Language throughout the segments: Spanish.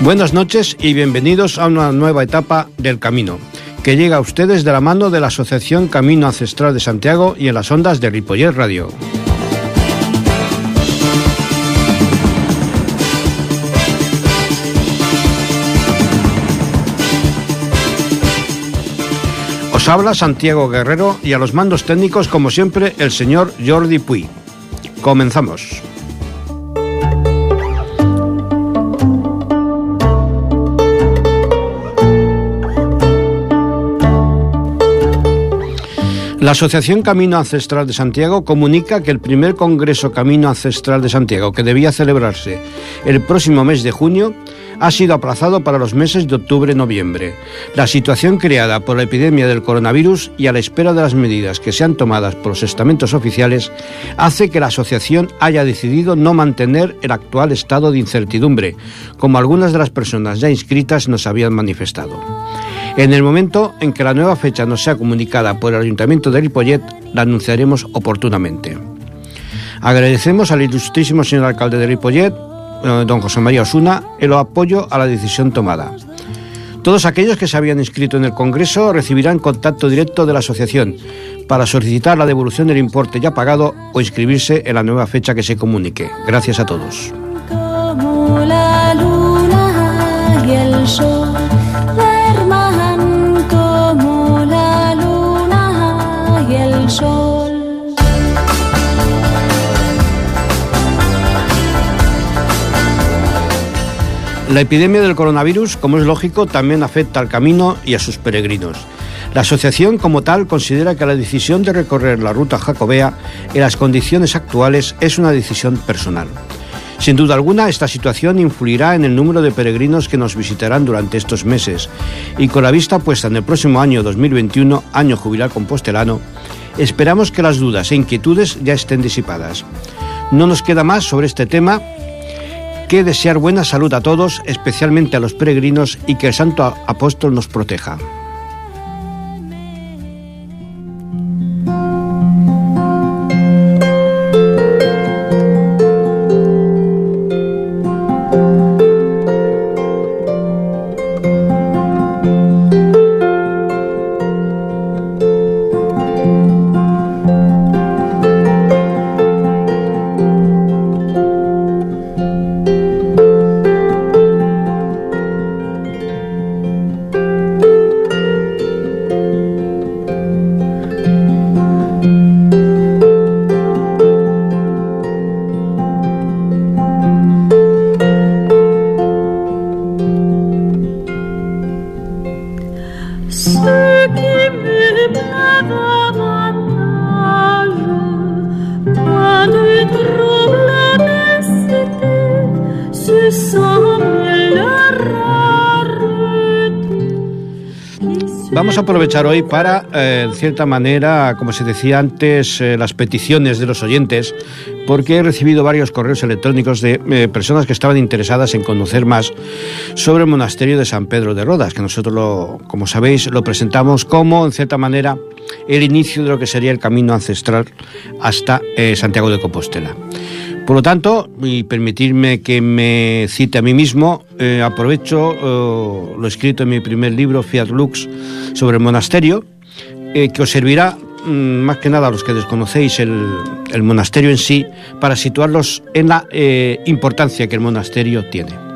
Buenas noches y bienvenidos a una nueva etapa del Camino, que llega a ustedes de la mano de la Asociación Camino Ancestral de Santiago y en las ondas de Ripollet Radio. Os habla Santiago Guerrero y a los mandos técnicos, como siempre, el señor Jordi Puy. Comenzamos. La Asociación Camino Ancestral de Santiago comunica que el primer Congreso Camino Ancestral de Santiago, que debía celebrarse el próximo mes de junio, ha sido aplazado para los meses de octubre y noviembre. La situación creada por la epidemia del coronavirus y a la espera de las medidas que sean tomadas por los estamentos oficiales hace que la asociación haya decidido no mantener el actual estado de incertidumbre, como algunas de las personas ya inscritas nos habían manifestado. En el momento en que la nueva fecha nos sea comunicada por el Ayuntamiento de Ripollet, la anunciaremos oportunamente. Agradecemos al ilustrísimo señor alcalde de Ripollet, don José María Osuna, el apoyo a la decisión tomada. Todos aquellos que se habían inscrito en el Congreso recibirán contacto directo de la asociación para solicitar la devolución del importe ya pagado o inscribirse en la nueva fecha que se comunique. Gracias a todos. Como la luna y el sol. La epidemia del coronavirus, como es lógico, también afecta al camino y a sus peregrinos. La asociación como tal considera que la decisión de recorrer la ruta jacobea en las condiciones actuales es una decisión personal. Sin duda alguna, esta situación influirá en el número de peregrinos que nos visitarán durante estos meses y con la vista puesta en el próximo año 2021, año jubilar compostelano, esperamos que las dudas e inquietudes ya estén disipadas. No nos queda más sobre este tema que desear buena salud a todos, especialmente a los peregrinos, y que el Santo Apóstol nos proteja. Vamos a aprovechar hoy para, de cierta manera, como se decía antes, las peticiones de los oyentes, porque he recibido varios correos electrónicos de personas que estaban interesadas en conocer más sobre el monasterio de San Pedro de Rodas, que nosotros, como sabéis, lo presentamos como, en cierta manera, el inicio de lo que sería el camino ancestral hasta Santiago de Compostela. Por lo tanto, y permitirme que me cite a mí mismo, aprovecho lo escrito en mi primer libro, Fiat Lux, sobre el monasterio, que os servirá más que nada a los que desconocéis el monasterio en sí, para situarlos en la importancia que el monasterio tiene.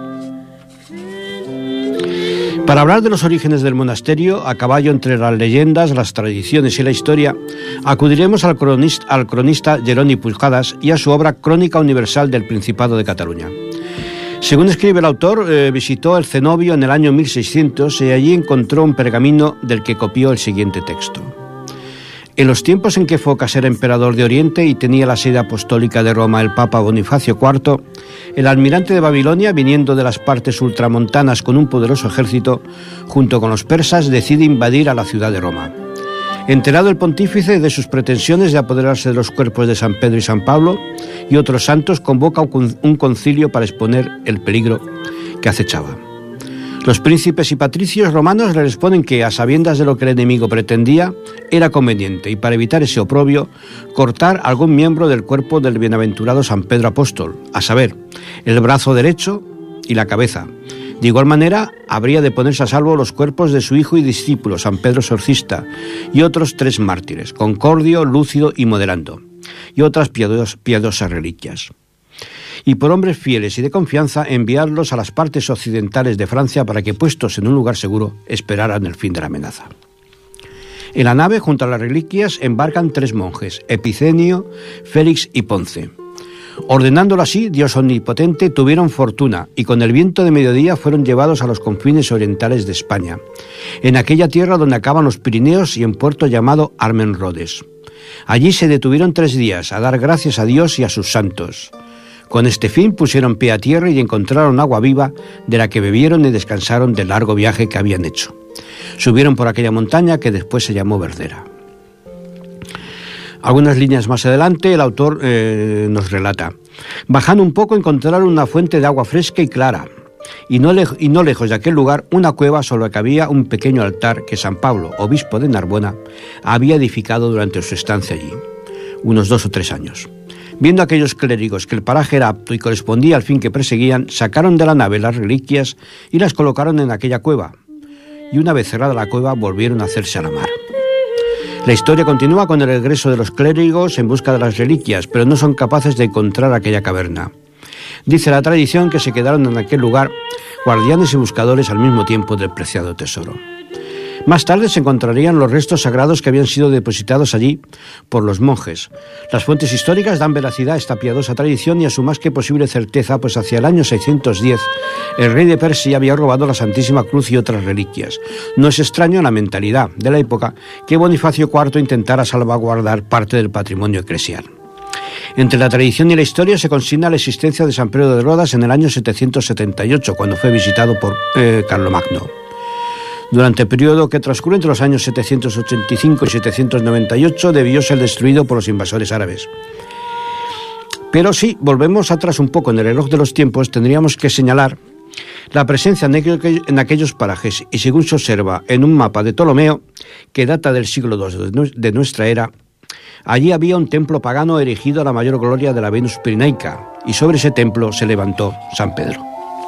Para hablar de los orígenes del monasterio, a caballo entre las leyendas, las tradiciones y la historia, acudiremos al cronista Jeroni Pujadas y a su obra Crónica Universal del Principado de Cataluña. Según escribe el autor, visitó el cenobio en el año 1600 y allí encontró un pergamino del que copió el siguiente texto. En los tiempos en que Focas era emperador de Oriente y tenía la sede apostólica de Roma el Papa Bonifacio IV, el almirante de Babilonia, viniendo de las partes ultramontanas con un poderoso ejército, junto con los persas, decide invadir a la ciudad de Roma. Enterado el pontífice de sus pretensiones de apoderarse de los cuerpos de San Pedro y San Pablo y otros santos, convoca un concilio para exponer el peligro que acechaba. Los príncipes y patricios romanos le responden que, a sabiendas de lo que el enemigo pretendía, era conveniente, y para evitar ese oprobio, cortar algún miembro del cuerpo del bienaventurado San Pedro Apóstol, a saber, el brazo derecho y la cabeza, De igual manera, habría de ponerse a salvo los cuerpos de su hijo y discípulo, San Pedro Exorcista, y otros 3 mártires, Concordio, Lúcido y Moderando, y otras piadosas reliquias. Y por hombres fieles y de confianza, enviarlos a las partes occidentales de Francia para que, puestos en un lugar seguro, esperaran el fin de la amenaza. En la nave, junto a las reliquias, embarcan 3 monjes, Epicenio, Félix y Ponce. Ordenándolo así, Dios omnipotente, tuvieron fortuna y con el viento de mediodía fueron llevados a los confines orientales de España, en aquella tierra donde acaban los Pirineos y en puerto llamado Armenrodes. Allí se detuvieron 3 días a dar gracias a Dios y a sus santos. Con este fin pusieron pie a tierra y encontraron agua viva, de la que bebieron y descansaron del largo viaje que habían hecho. Subieron por aquella montaña que después se llamó Verdera. Algunas líneas más adelante el autor nos relata: bajando un poco encontraron una fuente de agua fresca y clara, y no lejos de aquel lugar una cueva sobre la que había un pequeño altar que San Pablo, obispo de Narbona, había edificado durante su estancia allí, unos 2 o 3 años. Viendo aquellos clérigos que el paraje era apto y correspondía al fin que perseguían, sacaron de la nave las reliquias y las colocaron en aquella cueva, y una vez cerrada la cueva volvieron a hacerse a la mar. La historia continúa con el regreso de los clérigos en busca de las reliquias, pero no son capaces de encontrar aquella caverna. Dice la tradición que se quedaron en aquel lugar guardianes y buscadores al mismo tiempo del preciado tesoro. Más tarde se encontrarían los restos sagrados que habían sido depositados allí por los monjes. Las fuentes históricas dan veracidad a esta piadosa tradición y a su más que posible certeza, pues hacia el año 610 el rey de Persia había robado la Santísima Cruz y otras reliquias. No es extraño la mentalidad de la época que Bonifacio IV intentara salvaguardar parte del patrimonio eclesial. Entre la tradición y la historia se consigna la existencia de San Pedro de Rodas en el año 778, cuando fue visitado por Carlomagno. Durante el periodo que transcurre entre los años 785 y 798 debió ser destruido por los invasores árabes. Pero si volvemos atrás un poco en el reloj de los tiempos, tendríamos que señalar la presencia en aquellos parajes, y según se observa en un mapa de Ptolomeo, que data del siglo II de nuestra era, allí había un templo pagano erigido a la mayor gloria de la Venus Pirenaica, y sobre ese templo se levantó San Pedro.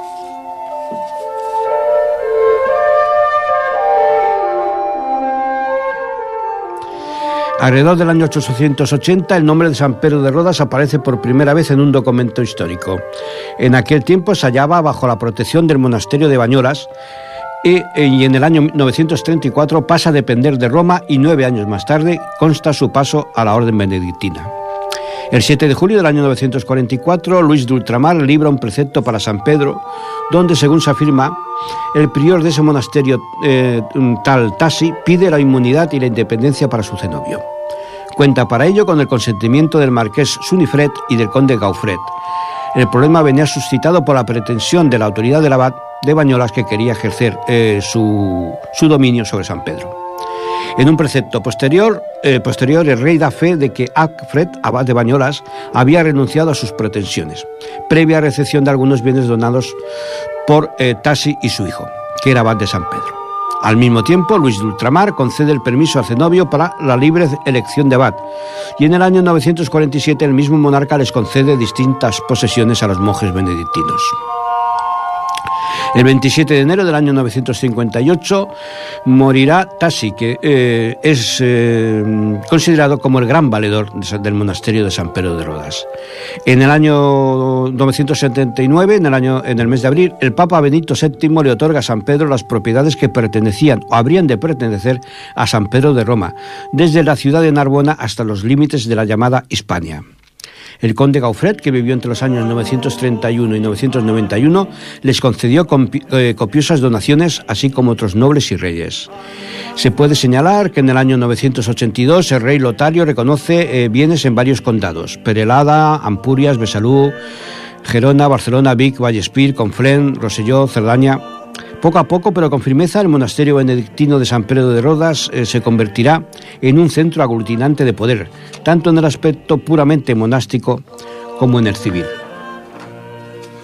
Alrededor del año 880, el nombre de San Pedro de Rodas aparece por primera vez en un documento histórico. En aquel tiempo se hallaba bajo la protección del monasterio de Bañolas y en el año 934 pasa a depender de Roma y 9 años más tarde consta su paso a la orden benedictina. El 7 de julio del año 944, Luis de Ultramar libra un precepto para San Pedro, donde, según se afirma, el prior de ese monasterio, tal Tassi, pide la inmunidad y la independencia para su cenobio. Cuenta para ello con el consentimiento del marqués Sunifred y del conde Gaufred. El problema venía suscitado por la pretensión de la autoridad del abad de Bañolas, que quería ejercer su dominio sobre San Pedro. En un precepto posterior, el rey da fe de que Alfred, abad de Bañolas, había renunciado a sus pretensiones, previa recepción de algunos bienes donados por Tassi y su hijo, que era abad de San Pedro. Al mismo tiempo, Luis de Ultramar concede el permiso al cenobio para la libre elección de abad, y en el año 947 el mismo monarca les concede distintas posesiones a los monjes benedictinos. El 27 de enero del año 958 morirá Tassi, que es considerado como el gran valedor del monasterio de San Pedro de Rodas. En el año 979, en el mes de abril, el Papa Benito VII le otorga a San Pedro las propiedades que pertenecían o habrían de pertenecer a San Pedro de Roma, desde la ciudad de Narbona hasta los límites de la llamada Hispania. El conde Gaufred, que vivió entre los años 931 y 991, les concedió copiosas donaciones, así como otros nobles y reyes. Se puede señalar que en el año 982 el rey Lotario reconoce bienes en varios condados: Perelada, Ampurias, Besalú, Gerona, Barcelona, Vic, Vallespir, Conflent, Rosselló, Cerdaña. Poco a poco, pero con firmeza, el monasterio benedictino de San Pedro de Rodas se convertirá en un centro aglutinante de poder, tanto en el aspecto puramente monástico como en el civil.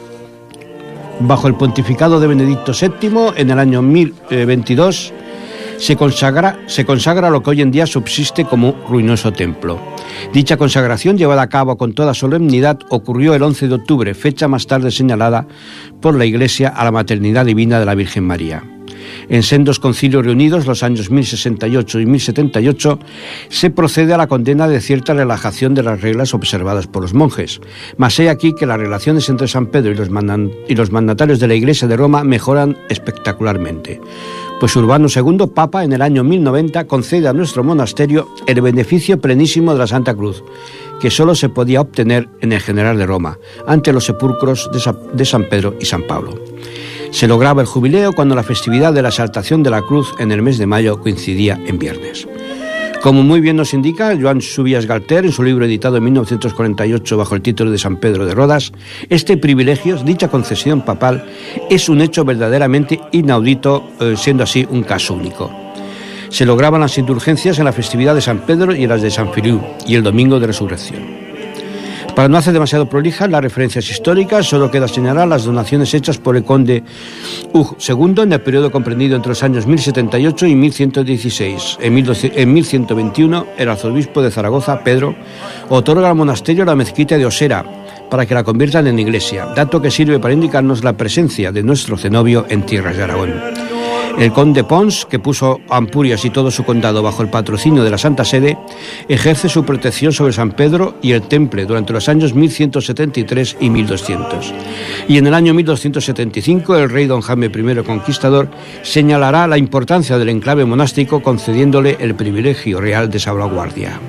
Bajo el pontificado de Benedicto VII, en el año 1022, se consagra lo que hoy en día subsiste como ruinoso templo. Dicha consagración, llevada a cabo con toda solemnidad, ocurrió el 11 de octubre, fecha más tarde señalada por la Iglesia a la maternidad divina de la Virgen María. En sendos concilios reunidos, los años 1068 y 1078, se procede a la condena de cierta relajación de las reglas observadas por los monjes. Mas he aquí que las relaciones entre San Pedro y los mandatarios de la Iglesia de Roma mejoran espectacularmente. Pues Urbano II, Papa, en el año 1090, concede a nuestro monasterio el beneficio plenísimo de la Santa Cruz, que solo se podía obtener en el General de Roma, ante los sepulcros de San Pedro y San Pablo. Se lograba el jubileo cuando la festividad de la exaltación de la cruz en el mes de mayo coincidía en viernes. Como muy bien nos indica Joan Subias Galter en su libro editado en 1948 bajo el título de San Pedro de Rodas, este privilegio, dicha concesión papal, es un hecho verdaderamente inaudito, siendo así un caso único. Se lograban las indulgencias en la festividad de San Pedro y en las de San Filiu y el Domingo de Resurrección. Para no hacer demasiado prolijas las referencias históricas, solo queda señalar las donaciones hechas por el conde Hug II en el periodo comprendido entre los años 1078 y 1116. En 1121, el arzobispo de Zaragoza, Pedro, otorga al monasterio la mezquita de Osera para que la conviertan en iglesia, dato que sirve para indicarnos la presencia de nuestro cenobio en tierras de Aragón. El conde Pons, que puso Ampurias y todo su condado bajo el patrocinio de la Santa Sede, ejerce su protección sobre San Pedro y el Temple durante los años 1173 y 1200. Y en el año 1275 el rey don Jaime I Conquistador señalará la importancia del enclave monástico concediéndole el privilegio real de salvaguardia.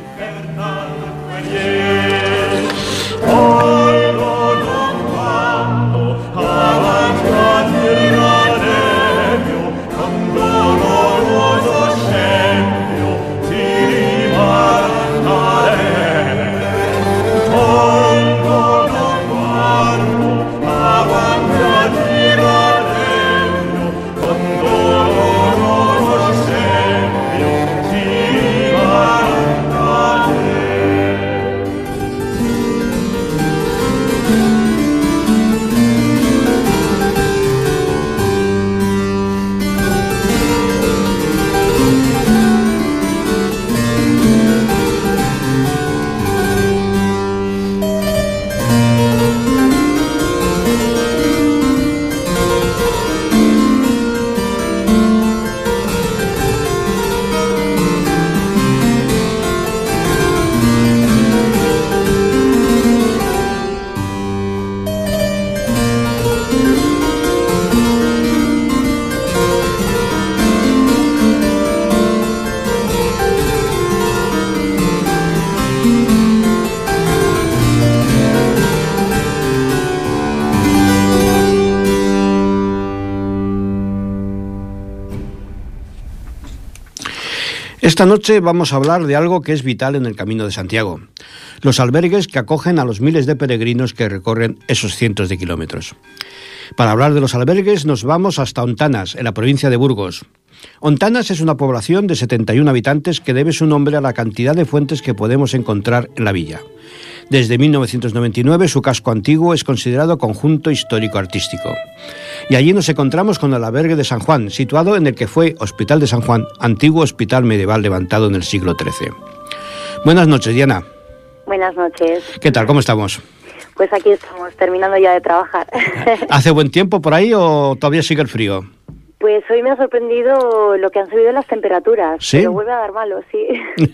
Esta noche vamos a hablar de algo que es vital en el Camino de Santiago, los albergues que acogen a los miles de peregrinos que recorren esos cientos de kilómetros. Para hablar de los albergues nos vamos hasta Ontanas, en la provincia de Burgos. Ontanas es una población de 71 habitantes que debe su nombre a la cantidad de fuentes que podemos encontrar en la villa. Desde 1999 su casco antiguo es considerado conjunto histórico-artístico. Y allí nos encontramos con el albergue de San Juan, situado en el que fue Hospital de San Juan, antiguo hospital medieval levantado en el siglo XIII. Buenas noches, Diana. Buenas noches. ¿Qué tal? ¿Cómo estamos? Pues aquí estamos, terminando ya de trabajar. ¿Hace buen tiempo por ahí o todavía sigue el frío? Pues hoy me ha sorprendido lo que han subido las temperaturas. ¿Sí? Pero vuelve a dar malo, sí.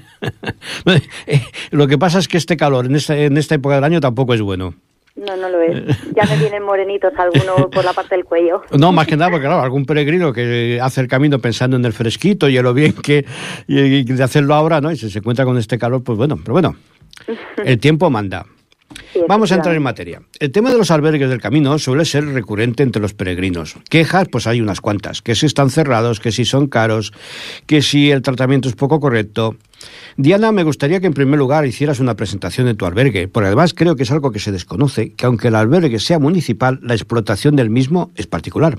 Lo que pasa es que este calor en esta época del año tampoco es bueno. No, no lo es. Ya me vienen morenitos algunos por la parte del cuello. No, más que nada, porque claro, algún peregrino que hace el camino pensando en el fresquito y en lo bien que y de hacerlo ahora, ¿no? Y si se encuentra con este calor, pues bueno, pero bueno, el tiempo manda. Sí, vamos a entrar en materia. El tema de los albergues del camino suele ser recurrente entre los peregrinos. Quejas, pues hay unas cuantas. Que si están cerrados, que si son caros, que si el tratamiento es poco correcto. Diana, me gustaría que en primer lugar hicieras una presentación de tu albergue, porque además creo que es algo que se desconoce, que aunque el albergue sea municipal, la explotación del mismo es particular.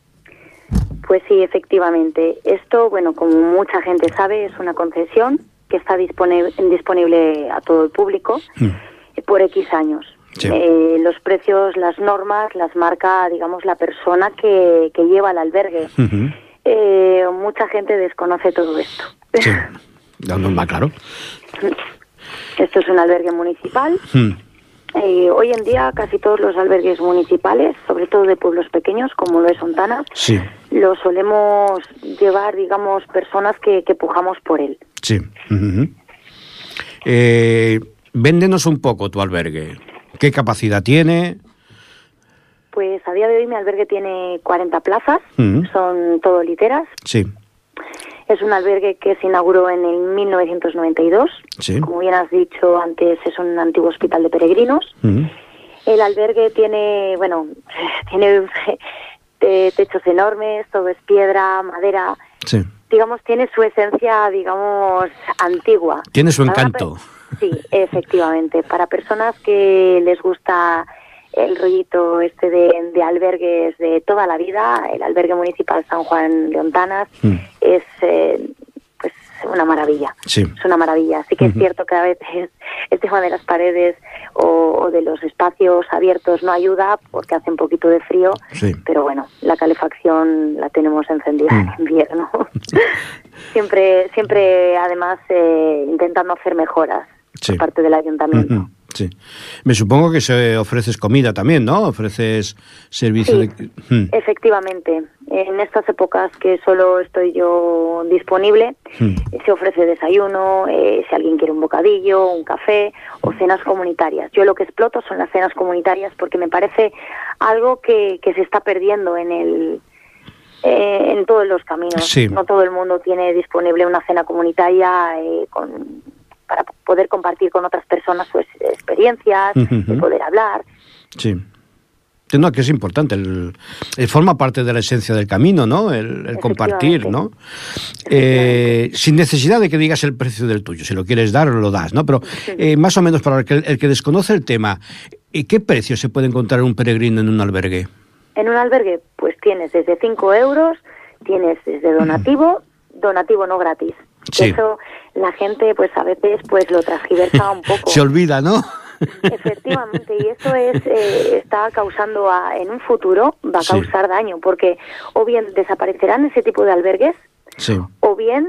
Pues sí, efectivamente. Esto, bueno, como mucha gente sabe, es una concesión que está disponible a todo el público. Por X años. Sí. Los precios, las normas, las marca, digamos, la persona que lleva el albergue. que mucha gente desconoce todo esto. Sí, normal, claro. Esto es un albergue municipal. Hoy en día casi todos los albergues municipales, sobre todo de pueblos pequeños, como lo es Ontanas, sí, lo solemos llevar, digamos, personas que pujamos por él. Sí. Véndenos un poco tu albergue. ¿Qué capacidad tiene? Pues a día de hoy mi albergue tiene 40 plazas, son todo literas. Sí. Es un albergue que se inauguró en el 1992. Sí. Como bien has dicho antes, es un antiguo hospital de peregrinos. El albergue tiene, tiene techos enormes, todo es piedra, madera. Sí. Digamos, tiene su esencia, digamos, antigua. Tiene su encanto. Sí, efectivamente. Para personas que les gusta el rollito de albergues de toda la vida, el albergue municipal San Juan de Ontanas es pues una maravilla. Sí. Es una maravilla. Sí que es cierto que a veces el tema de las paredes o de los espacios abiertos no ayuda porque hace un poquito de frío, sí, pero bueno, la calefacción la tenemos encendida en invierno. siempre además intentando hacer mejoras por parte del ayuntamiento. Sí. Me supongo que se ofreces comida también, ¿no? Ofreces servicio Efectivamente. En estas épocas que solo estoy yo disponible, se ofrece desayuno, si alguien quiere un bocadillo, un café o cenas comunitarias. Yo lo que exploto son las cenas comunitarias porque me parece algo que se está perdiendo en todos los caminos. Sí. No todo el mundo tiene disponible una cena comunitaria para poder compartir con otras personas sus experiencias, de poder hablar. Sí. No, que es importante, forma parte de la esencia del camino, ¿no? El compartir, ¿no? Sin necesidad de que digas el precio del tuyo, si lo quieres dar, lo das, ¿no? Pero más o menos para el que desconoce el tema, ¿qué precio se puede encontrar un peregrino en un albergue? En un albergue, pues tienes desde 5 euros, tienes desde donativo no gratis. Sí. Eso la gente pues a veces pues lo transgiversa un poco. Se olvida, ¿no? Efectivamente, y eso está causando en un futuro, va a causar daño, porque o bien desaparecerán ese tipo de albergues, o bien,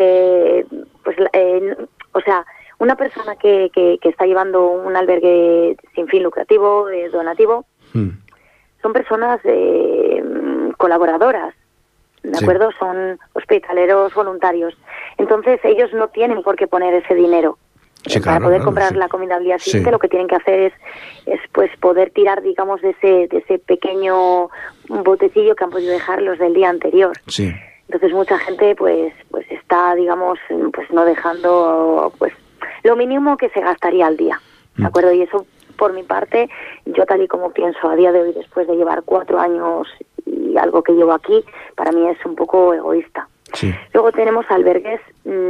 una persona que está llevando un albergue sin fin lucrativo, donativo, son personas colaboradoras, ¿de acuerdo? Son hospitaleros voluntarios. Entonces ellos no tienen por qué poner ese dinero. Para poder comprar la comida al día siguiente, lo que tienen que hacer es pues poder tirar, digamos, de ese pequeño botecillo que han podido dejar los del día anterior. Sí. Entonces mucha gente pues está, digamos, pues no dejando pues lo mínimo que se gastaría al día, ¿de acuerdo? Y eso, por mi parte, yo tal y como pienso a día de hoy, después de llevar 4 años y algo que llevo aquí, para mí es un poco egoísta. Sí. Luego tenemos albergues,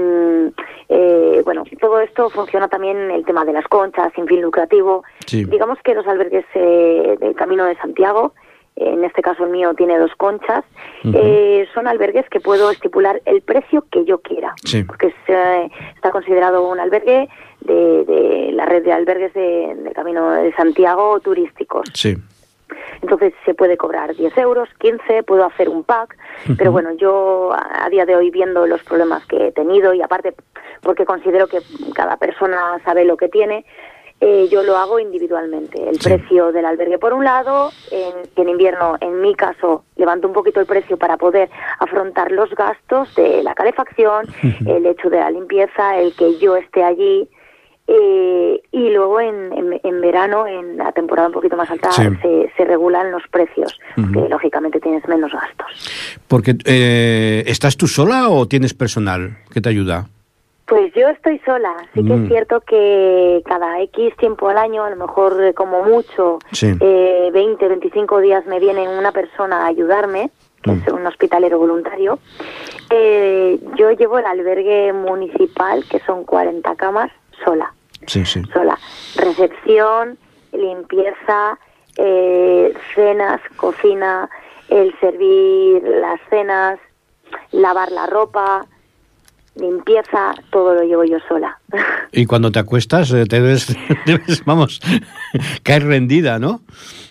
todo esto funciona también el tema de las conchas, sin fin lucrativo. Sí. Digamos que los albergues del Camino de Santiago, en este caso el mío tiene 2 conchas, son albergues que puedo estipular el precio que yo quiera, porque está considerado un albergue de la red de albergues del Camino de Santiago turísticos. Sí. Entonces se puede cobrar 10 euros, 15, puedo hacer un pack, pero bueno, yo a día de hoy, viendo los problemas que he tenido y aparte porque considero que cada persona sabe lo que tiene, yo lo hago individualmente. El precio del albergue por un lado, que en invierno, en mi caso, levanto un poquito el precio para poder afrontar los gastos de la calefacción, el hecho de la limpieza, el que yo esté allí. Y luego en verano, en la temporada un poquito más alta, se regulan los precios, que lógicamente tienes menos gastos. Porque ¿estás tú sola o tienes personal que te ayuda? Pues yo estoy sola. Sí que es cierto que cada X tiempo al año, a lo mejor como mucho, 20, 25 días me viene una persona a ayudarme, que es un hospitalero voluntario. Yo llevo el albergue municipal, que son 40 camas, sola. Sola. Recepción, limpieza, cenas, cocina, el servir las cenas, lavar la ropa, limpieza, todo lo llevo yo sola. Y cuando te acuestas, debes, vamos, caer rendida, ¿no?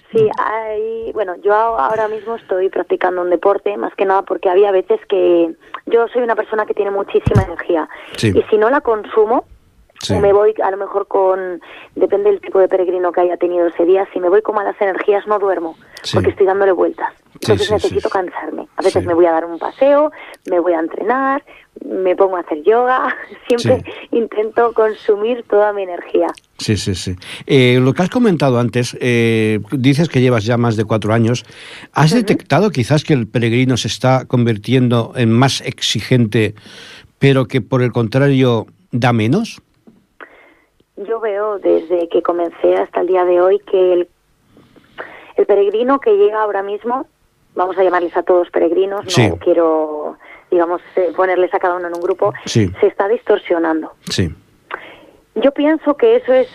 Sí, yo ahora mismo estoy practicando un deporte, más que nada porque había veces que yo soy una persona que tiene muchísima energía, sí, y si no la consumo, sí, o me voy a lo mejor depende del tipo de peregrino que haya tenido ese día, si me voy con malas energías no duermo, sí, porque estoy dándole vueltas. Entonces sí, necesito sí, cansarme. A veces sí. me voy a dar un paseo, me voy a entrenar, me pongo a hacer yoga, siempre intento consumir toda mi energía. Sí, sí, sí. Lo que has comentado antes, dices que llevas ya más de 4 años. ¿Has detectado quizás que el peregrino se está convirtiendo en más exigente, pero que por el contrario da menos? Yo veo desde que comencé hasta el día de hoy que el peregrino que llega ahora mismo, vamos a llamarles a todos peregrinos, sí, no quiero, ponerles a cada uno en un grupo, sí, se está distorsionando. sí, Yo pienso que eso es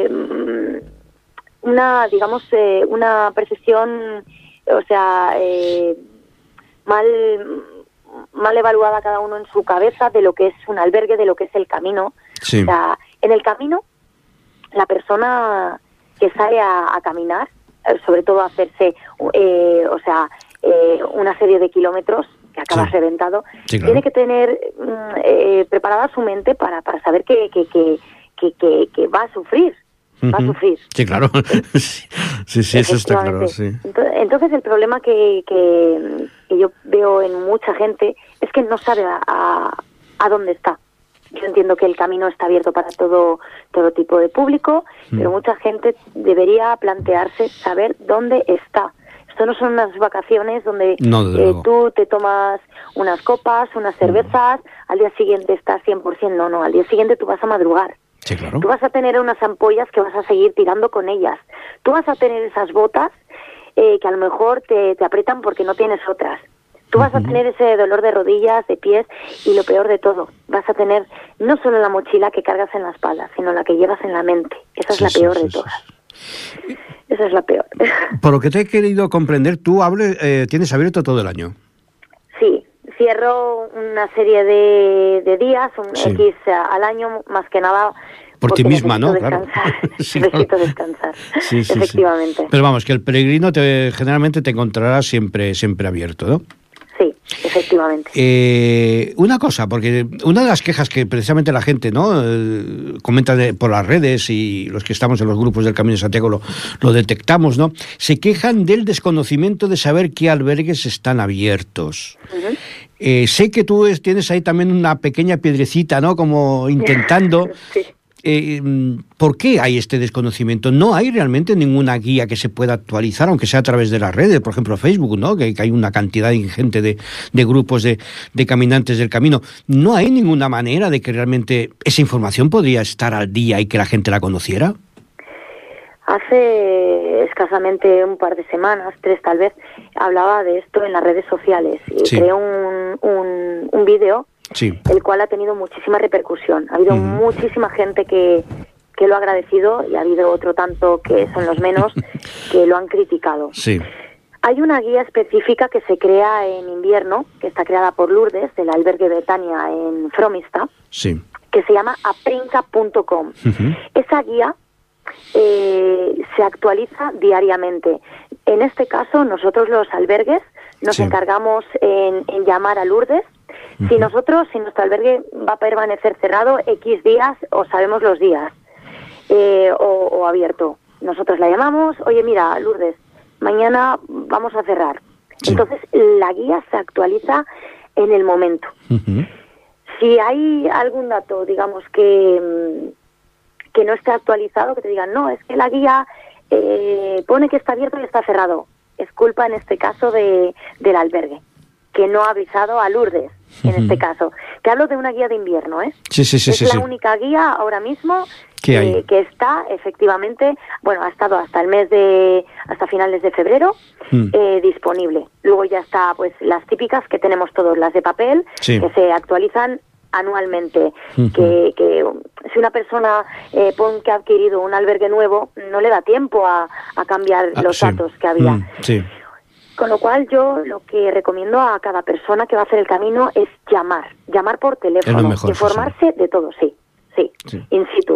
una percepción, mal evaluada cada uno en su cabeza de lo que es un albergue, de lo que es el camino. sí. O sea, en el camino, la persona que sale a caminar, sobre todo a hacerse, una serie de kilómetros, que acabas reventado, Sí, claro. tiene que tener preparada su mente para saber que va a sufrir. Va a sufrir. Sí, claro. Sí, eso está claro, sí. Entonces el problema que yo veo en mucha gente es que no sabe a dónde está. Yo entiendo que el camino está abierto para todo tipo de público, pero mucha gente debería plantearse saber dónde está. Esto no son unas vacaciones donde tú te tomas unas copas, unas cervezas, al día siguiente estás 100%, no, al día siguiente tú vas a madrugar. Sí, claro. Tú vas a tener unas ampollas que vas a seguir tirando con ellas. Tú vas a tener esas botas que a lo mejor te aprietan porque no tienes otras. Tú vas a tener ese dolor de rodillas, de pies, y lo peor de todo, vas a tener no solo la mochila que cargas en la espalda, sino la que llevas en la mente. Esa es la peor de todas. Esa es la peor. Por lo que te he querido comprender, tú tienes abierto todo el año. Sí, cierro una serie de días, X al año, más que nada. Por ti misma, ¿no? Claro. Necesito descansar, sí, efectivamente. Sí. Pero vamos, que el peregrino generalmente te encontrará siempre abierto, ¿no? Sí, efectivamente. Una cosa, porque una de las quejas que precisamente la gente, ¿no? Comenta por las redes, y los que estamos en los grupos del Camino de Santiago lo detectamos, ¿no? Se quejan del desconocimiento de saber qué albergues están abiertos. Sé que tú tienes ahí también una pequeña piedrecita, ¿no? Como intentando... Sí. ¿Por qué hay este desconocimiento? ¿No hay realmente ninguna guía que se pueda actualizar, aunque sea a través de las redes, por ejemplo Facebook, ¿no? Que hay una cantidad ingente de grupos de caminantes del camino? ¿No hay ninguna manera de que realmente esa información podría estar al día y que la gente la conociera? Hace escasamente un par de semanas, 3 tal vez, hablaba de esto en las redes sociales y creé un vídeo. Sí. El cual ha tenido muchísima repercusión. Ha habido muchísima gente que lo ha agradecido, y ha habido otro tanto, que son los menos, que lo han criticado. Sí. Hay una guía específica que se crea en invierno, que está creada por Lourdes, del albergue Betania en Fromista, que se llama aprinca.com. Esa guía se actualiza diariamente. En este caso, nosotros los albergues nos encargamos en llamar a Lourdes. Si nuestro albergue va a permanecer cerrado X días, o sabemos los días, o abierto, nosotros la llamamos, oye, mira, Lourdes, mañana vamos a cerrar. Entonces, la guía se actualiza en el momento. Si hay algún dato, digamos, que no esté actualizado, que te digan, no, es que la guía pone que está abierto y está cerrado, es culpa en este caso del albergue, que no ha avisado a Lourdes. En este caso, te hablo de una guía de invierno, ¿eh? Es la única guía ahora mismo que está efectivamente, ha estado hasta finales de febrero disponible. Luego ya está, pues, las típicas que tenemos todos, las de papel, que se actualizan anualmente. Que si una persona que ha adquirido un albergue nuevo, no le da tiempo a cambiar los datos que había. Con lo cual, yo lo que recomiendo a cada persona que va a hacer el camino es llamar por teléfono, informarse de todo, in situ.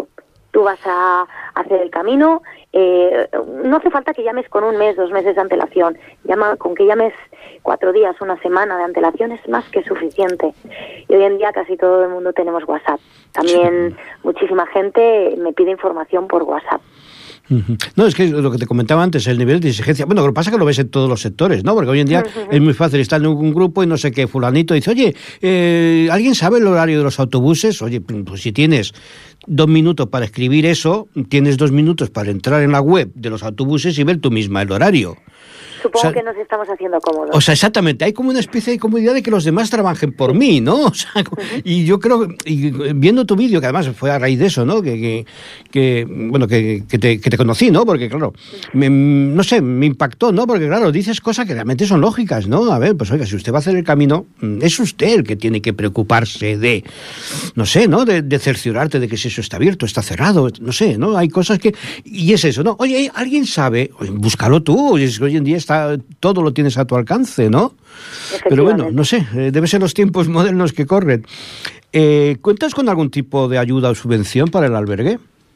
Tú vas a hacer el camino, no hace falta que llames con 1 mes, 2 meses de antelación. Con que llames 4 días, 1 semana de antelación es más que suficiente. Y hoy en día casi todo el mundo tenemos WhatsApp. También muchísima gente me pide información por WhatsApp. No, es que lo que te comentaba antes, el nivel de exigencia. Bueno, lo que pasa es que lo ves en todos los sectores, ¿no? Porque hoy en día es muy fácil estar en un grupo y no sé qué, fulanito dice, oye, ¿alguien sabe el horario de los autobuses? Oye, pues si tienes 2 minutos para escribir eso, tienes 2 minutos para entrar en la web de los autobuses y ver tú misma el horario. Supongo que nos estamos haciendo cómodos. O sea, exactamente, hay como una especie de comodidad de que los demás trabajen por mí, ¿no? O sea, y yo creo, y viendo tu vídeo, que además fue a raíz de eso, ¿no? Que te conocí, ¿no? Porque claro, no sé, me impactó, ¿no? Porque claro, dices cosas que realmente son lógicas, ¿no? A ver, pues oiga, si usted va a hacer el camino, es usted el que tiene que preocuparse de, no sé, ¿no? De cerciorarte de que si eso está abierto, está cerrado, no sé, ¿no? Hay cosas que... Y es eso, ¿no? Oye, ¿alguien sabe? Oye, búscalo tú, oye, es que hoy en día todo lo tienes a tu alcance, ¿no? Pero bueno, no sé, debe ser los tiempos modernos que corren. ¿Cuentas con algún tipo de ayuda o subvención para el albergue?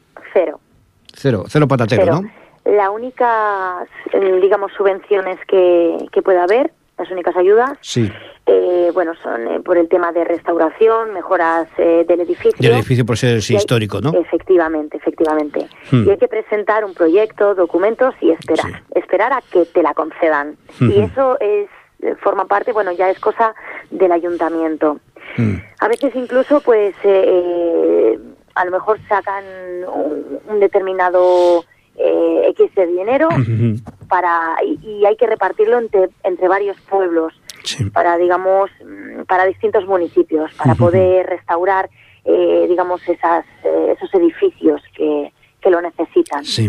Cero patatero, ¿no? La única, digamos, subvenciones que pueda haber, las únicas ayudas, sí. Son por el tema de restauración, mejoras del edificio. Del edificio por ser histórico, ¿no? Efectivamente. Y hay que presentar un proyecto, documentos y esperar a que te la concedan. Y eso forma parte, ya es cosa del ayuntamiento. A veces incluso, pues, a lo mejor sacan un determinado X de dinero y hay que repartirlo entre varios pueblos. Sí. Para distintos municipios, para poder restaurar, esos edificios que lo necesitan. Sí.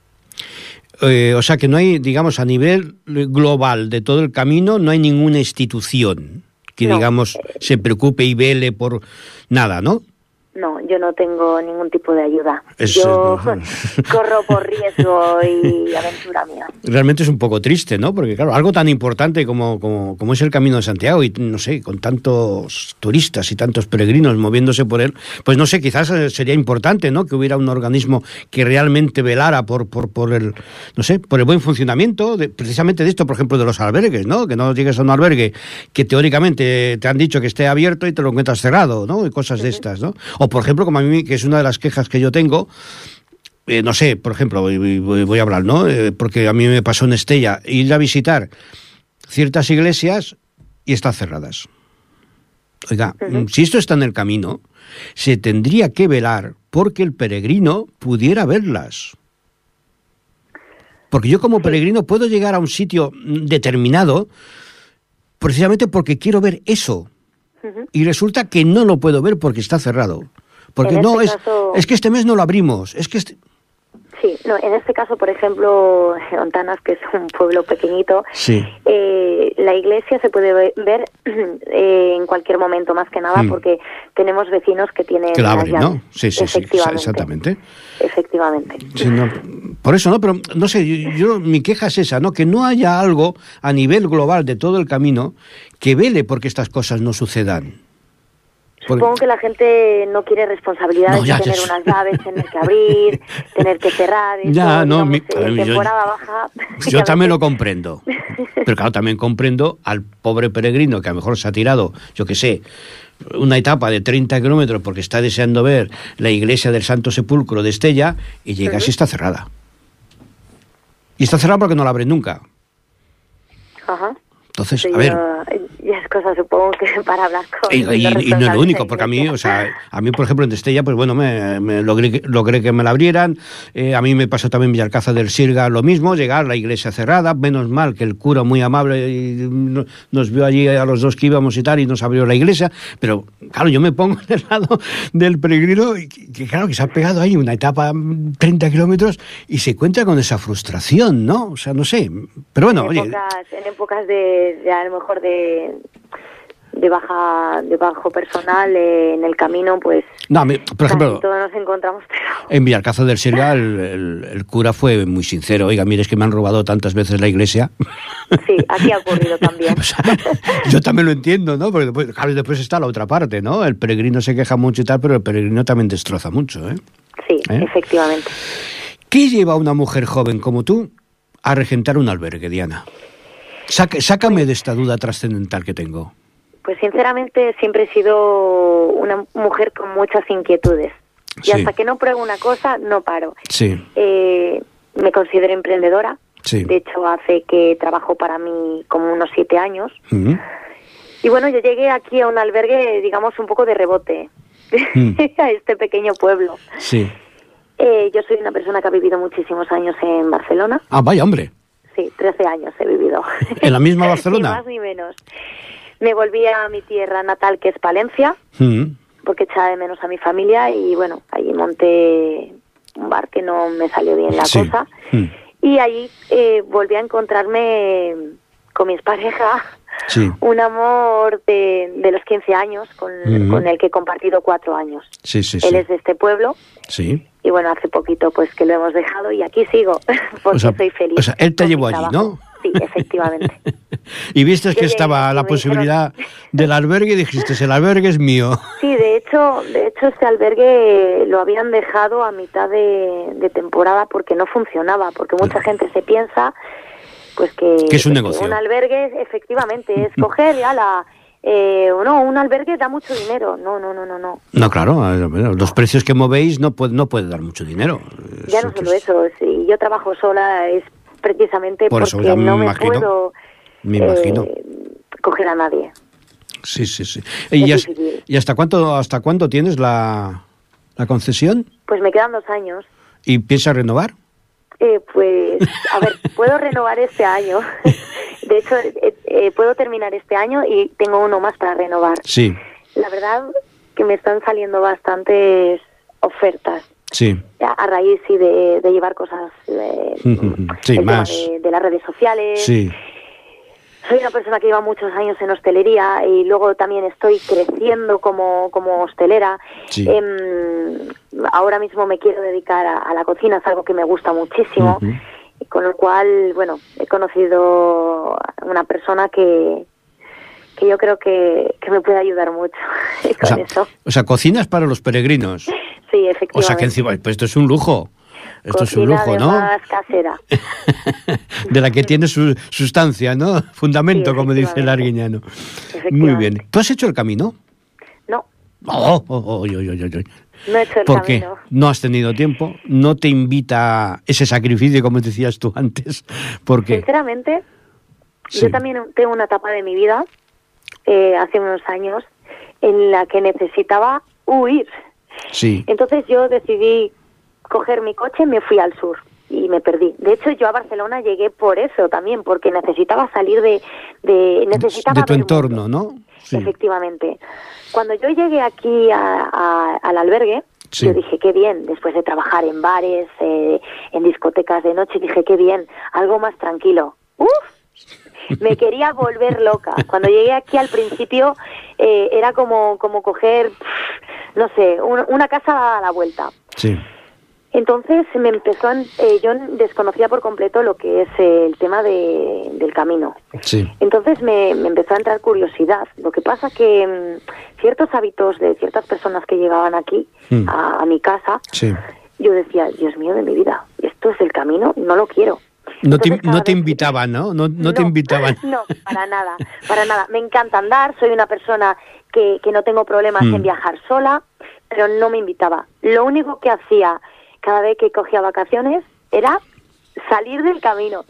O sea que no hay, digamos, a nivel global de todo el camino, no hay ninguna institución que, digamos, se preocupe y vele por nada, ¿no? No, yo no tengo ningún tipo de ayuda. Yo corro por riesgo y aventura mía. Realmente es un poco triste, ¿no? Porque claro, algo tan importante como es el Camino de Santiago y no sé, con tantos turistas y tantos peregrinos moviéndose por él, pues no sé, quizás sería importante, ¿no? Que hubiera un organismo que realmente velara por el, no sé, por el buen funcionamiento precisamente de esto, por ejemplo, de los albergues, ¿no? Que no llegues a un albergue que teóricamente te han dicho que esté abierto y te lo encuentras cerrado, ¿no? Y cosas de estas, ¿no? O, por ejemplo, como a mí, que es una de las quejas que yo tengo, no sé, por ejemplo, voy a hablar, ¿no? Porque a mí me pasó en Estella, ir a visitar ciertas iglesias y están cerradas. Oiga, si esto está en el camino, se tendría que velar porque el peregrino pudiera verlas. Porque yo como peregrino puedo llegar a un sitio determinado precisamente porque quiero ver eso. Y resulta que no lo puedo ver porque está cerrado. Porque es que este mes no lo abrimos. Sí, en este caso, por ejemplo, Ontanas, que es un pueblo pequeñito, sí. La iglesia se puede ver en cualquier momento, más que nada, porque tenemos vecinos que tienen... Que la abren, ¿no? Sí, exactamente. Efectivamente. Sí, no, por eso, ¿no? Pero, no sé, mi queja es esa, ¿no? Que no haya algo a nivel global de todo el camino que vele porque estas cosas no sucedan. Supongo que la gente no quiere responsabilidades de tener unas llaves, tener que abrir, tener que cerrar. Temporada baja. Yo también lo comprendo. Pero claro, también comprendo al pobre peregrino que a lo mejor se ha tirado, yo qué sé, una etapa de 30 kilómetros porque está deseando ver la iglesia del Santo Sepulcro de Estella y llega y está cerrada. Y está cerrada porque no la abren nunca. Ajá. Entonces, a ver... Ya es cosa, supongo, que para hablar con... Y no es lo único, porque a mí, por ejemplo, en Estella, pues bueno, me logré que me la abrieran. A mí me pasó también en Villarcaza del Sirga lo mismo, llegar a la iglesia cerrada, menos mal que el cura muy amable nos vio allí a los dos que íbamos y tal, y nos abrió la iglesia. Pero, claro, yo me pongo del lado del peregrino, que claro, que se ha pegado ahí una etapa 30 kilómetros y se encuentra con esa frustración, ¿no? O sea, no sé. Pero bueno, en épocas de a lo mejor de bajo personal en el camino, pues no, por ejemplo, todos nos encontramos, pero... En Villarcaza del Sirga el cura fue muy sincero. Oiga, mire, es que me han robado tantas veces la iglesia. Sí, aquí ha ocurrido también. O sea, yo también lo entiendo, ¿no? Porque después está la otra parte, ¿no? El peregrino se queja mucho y tal, pero el peregrino también destroza mucho, ¿eh? Sí, efectivamente. ¿Qué lleva a una mujer joven como tú a regentar un albergue, Diana? Sácame de esta duda trascendental que tengo. Pues sinceramente siempre he sido una mujer con muchas inquietudes. Y Sí. hasta que no pruebo una cosa, no paro. Sí, Me considero emprendedora. sí. De hecho, hace que trabajo para mí como unos 7 años. Mm, Y bueno, yo llegué aquí a un albergue, digamos, un poco de rebote, a este pequeño pueblo. sí. Yo soy una persona que ha vivido muchísimos años en Barcelona. Ah, vaya, hombre. Sí, 13 años he vivido. ¿En la misma Ni Barcelona? más ni menos. Me volví a mi tierra natal, que es Palencia, Mm, porque echaba de menos a mi familia y bueno, allí monté un bar que no me salió bien la sí. cosa. Mm, Y allí volví a encontrarme con mis parejas, sí. un amor de los 15 años con el que he compartido 4 años. Sí, sí, Él sí. es de este pueblo Sí. y bueno, hace poquito pues que lo hemos dejado y aquí sigo, porque soy feliz. O sea, él te con mi llevó allí, trabajo. ¿no? Sí, efectivamente. Y viste Yo que llegué estaba aquí, la me posibilidad del albergue y dijiste, el albergue es mío. Sí, de hecho este albergue lo habían dejado a mitad de temporada porque no funcionaba, porque mucha gente se piensa pues que es un negocio. un albergue efectivamente es coger y ala, un albergue da mucho dinero. No. No, claro, los precios que movéis no puede dar mucho dinero. Ya no solo eso, si yo trabajo sola es precisamente Por eso, porque ya me no me imagino. puedo Me imagino. coger a nadie. Sí, sí, sí. Es ¿Y difícil. hasta cuándo tienes la concesión? Pues me quedan 2 años. ¿Y piensas renovar? Pues, a ver, puedo renovar este año. De hecho, puedo terminar este año y tengo uno más para renovar. Sí, La verdad que me están saliendo bastantes ofertas. sí. A raíz sí de llevar cosas Sí, el más. tema de las redes sociales. Sí, Soy una persona que lleva muchos años en hostelería y luego también estoy creciendo como hostelera. Sí. Ahora mismo me quiero dedicar a la cocina, es algo que me gusta muchísimo. Ujú. Y con lo cual, bueno, he conocido a una persona que yo creo que me puede ayudar mucho con eso. o sea, cocinas para los peregrinos. Sí, efectivamente. O sea, que encima, pues esto es un lujo. Esto es un Cocina, lujo, ¿no? además, casera. De la que tiene su sustancia, ¿no? Fundamento, Sí, como dice el efectivamente. arguiñano. Efectivamente. Muy bien. ¿Tú has hecho el camino? No, Oh. no he hecho el ¿Por qué? camino. No has tenido tiempo, no te invita ese sacrificio, como decías tú antes. ¿Por qué? Sinceramente, Sí. yo también tengo una etapa de mi vida, hace unos años, en la que necesitaba huir. Sí. Entonces yo decidí coger mi coche y me fui al sur y me perdí. De hecho, yo a Barcelona llegué por eso también, porque necesitaba salir necesitaba de tu ver entorno, mundo. ¿no? Sí. Efectivamente. Cuando yo llegué aquí al albergue, Sí. yo dije, qué bien, después de trabajar en bares, en discotecas de noche, dije, qué bien, algo más tranquilo. ¡Uf! Me quería volver loca. Cuando llegué aquí al principio era como coger, no sé, una casa a la vuelta. Sí. Entonces me empezó, yo desconocía por completo lo que es el tema del camino. Sí. Entonces me empezó a entrar curiosidad. Lo que pasa que ciertos hábitos de ciertas personas que llegaban aquí a mi casa, Sí. yo decía, Dios mío de mi vida, ¿esto es el camino? No lo quiero. No Entonces, cada te vez- invitaban, ¿no? No te invitaban. No, para nada, para nada. Me encanta andar, soy una persona que no tengo problemas en viajar sola, pero no me invitaba. Lo único que hacía cada vez que cogía vacaciones era salir del camino